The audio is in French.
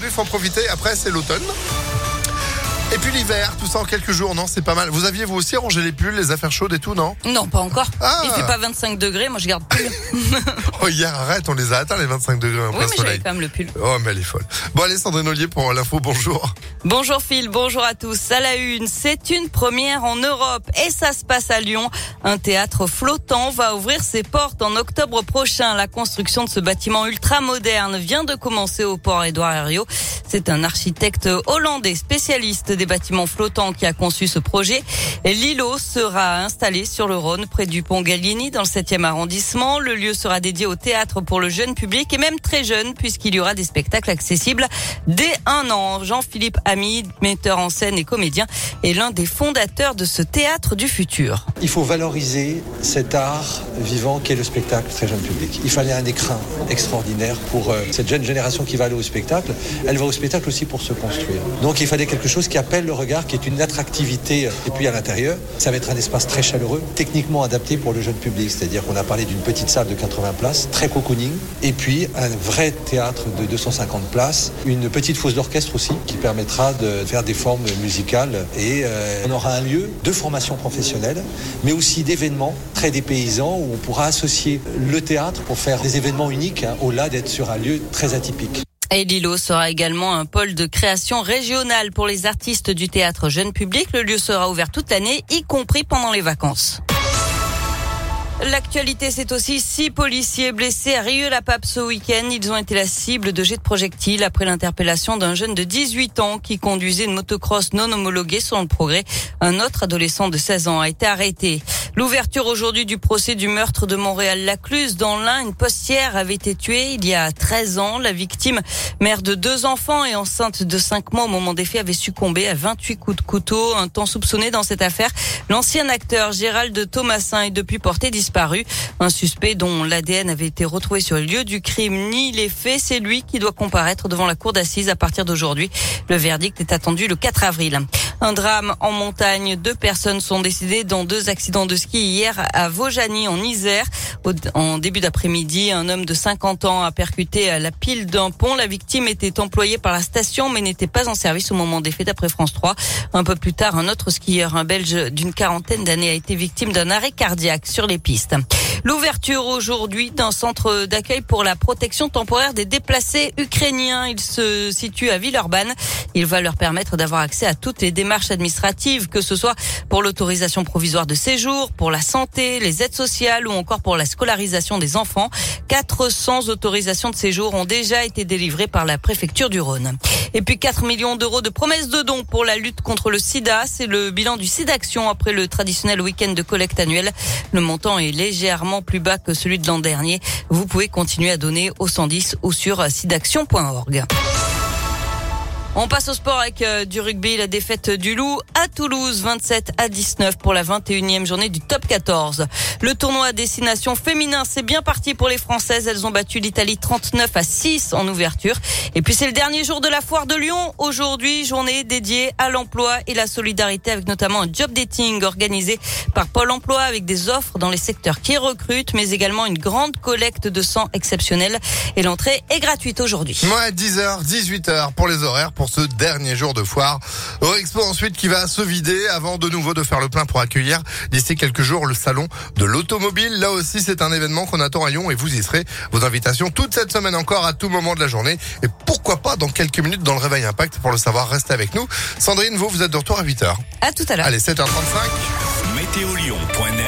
aujourd'hui, il faut en profiter. Après, c'est l'automne. Et puis l'hiver, tout ça en quelques jours, non, c'est pas mal. Vous aviez vous aussi rangé les pulls, les affaires chaudes et tout, non? Non, pas encore. Ah. Il fait pas 25 degrés, moi je garde pull. Oh, hier, arrête, on les a atteints les 25 degrés en Oui, plein mais soleil. j'avais quand même le pull. Oh, mais elle est folle. Bon, allez, Sandrine Ollier pour l'info, bonjour. Bonjour Phil, bonjour à tous. À la une, c'est une première en Europe et ça se passe à Lyon. Un théâtre flottant va ouvrir ses portes en octobre prochain. La construction de ce bâtiment ultra moderne vient de commencer au port Édouard Herriot. C'est un architecte hollandais spécialiste des bâtiments flottants qui a conçu ce projet. L'îlot sera installé sur le Rhône, près du pont Gallieni, dans le 7e arrondissement. Le lieu sera dédié au théâtre pour le jeune public et même très jeune, puisqu'il y aura des spectacles accessibles dès 1 an. Jean-Philippe Ami, metteur en scène et comédien, est l'un des fondateurs de ce théâtre du futur. Il faut valoriser cet art vivant qu'est le spectacle très jeune public. Il fallait un écrin extraordinaire pour cette jeune génération qui va aller au spectacle. Elle va au spectacle aussi pour se construire. Donc il fallait quelque chose qui appelle le regard, qui est une attractivité. Et puis à l'intérieur, ça va être un espace très chaleureux, techniquement adapté pour le jeune public. C'est-à-dire qu'on a parlé d'une petite salle de 80 places, très cocooning, et puis un vrai théâtre de 250 places, une petite fosse d'orchestre aussi, qui permettra de faire des formes musicales. Et on aura un lieu de formation professionnelle, mais aussi d'événements très dépaysants où on pourra associer le théâtre pour faire des événements uniques, au-delà d'être sur un lieu très atypique. Et l'îlot sera également un pôle de création régionale pour les artistes du théâtre jeune public. Le lieu sera ouvert toute l'année, y compris pendant les vacances. L'actualité, c'est aussi 6 policiers blessés à Rieux-la-Pape ce week-end. Ils ont été la cible de jets de projectiles après l'interpellation d'un jeune de 18 ans qui conduisait une motocross non homologuée selon le Progrès. Un autre adolescent de 16 ans a été arrêté. L'ouverture aujourd'hui du procès du meurtre de Montréal-Lacluse. Dans l'Ain, une postière avait été tuée il y a 13 ans. La victime, mère de 2 enfants et enceinte de 5 mois au moment des faits, avait succombé à 28 coups de couteau. Un temps soupçonné dans cette affaire. L'ancien acteur Gérald Thomasin est depuis porté disparu. Un suspect dont l'ADN avait été retrouvé sur le lieu du crime nie les faits. C'est lui qui doit comparaître devant la cour d'assises à partir d'aujourd'hui. Le verdict est attendu le 4 avril. Un drame en montagne. 2 personnes sont décédées dans 2 accidents de ski hier à Vaujany en Isère. En début d'après-midi, un homme de 50 ans a percuté la pile d'un pont. La victime était employée par la station mais n'était pas en service au moment des faits d'après France 3. Un peu plus tard, un autre skieur, un Belge d'une quarantaine d'années, a été victime d'un arrêt cardiaque sur les pistes. L'ouverture aujourd'hui d'un centre d'accueil pour la protection temporaire des déplacés ukrainiens. Il se situe à Villeurbanne. Il va leur permettre d'avoir accès à toutes les démarches administratives, que ce soit pour l'autorisation provisoire de séjour, pour la santé, les aides sociales ou encore pour la scolarisation des enfants. 400 autorisations de séjour ont déjà été délivrées par la préfecture du Rhône. Et puis 4 millions d'euros de promesses de dons pour la lutte contre le sida. C'est le bilan du SIDAction après le traditionnel week-end de collecte annuel. Le montant est légèrement plus bas que celui de l'an dernier. Vous pouvez continuer à donner au 110 ou sur sidaction.org. On passe au sport avec du rugby, la défaite du Loup à Toulouse, 27-19 pour la 21e journée du top 14. Le tournoi à destination féminin, c'est bien parti pour les Françaises. Elles ont battu l'Italie 39-6 en ouverture. Et puis c'est le dernier jour de la foire de Lyon. Aujourd'hui, journée dédiée à l'emploi et la solidarité avec notamment un job dating organisé par Pôle emploi avec des offres dans les secteurs qui recrutent, mais également une grande collecte de sang exceptionnelle. Et l'entrée est gratuite aujourd'hui. Ouais, 10h, 18h pour les horaires pour ce dernier jour de foire. Eurexpo ensuite qui va se vider avant de nouveau de faire le plein pour accueillir d'ici quelques jours le salon de l'automobile. Là aussi, c'est un événement qu'on attend à Lyon et vous y serez. Vos invitations toute cette semaine encore à tout moment de la journée. Et pourquoi pas dans quelques minutes dans le Réveil Impact. Pour le savoir, restez avec nous. Sandrine, vous êtes de retour à 8h. À tout à l'heure. Allez, 7h35. Météolion.net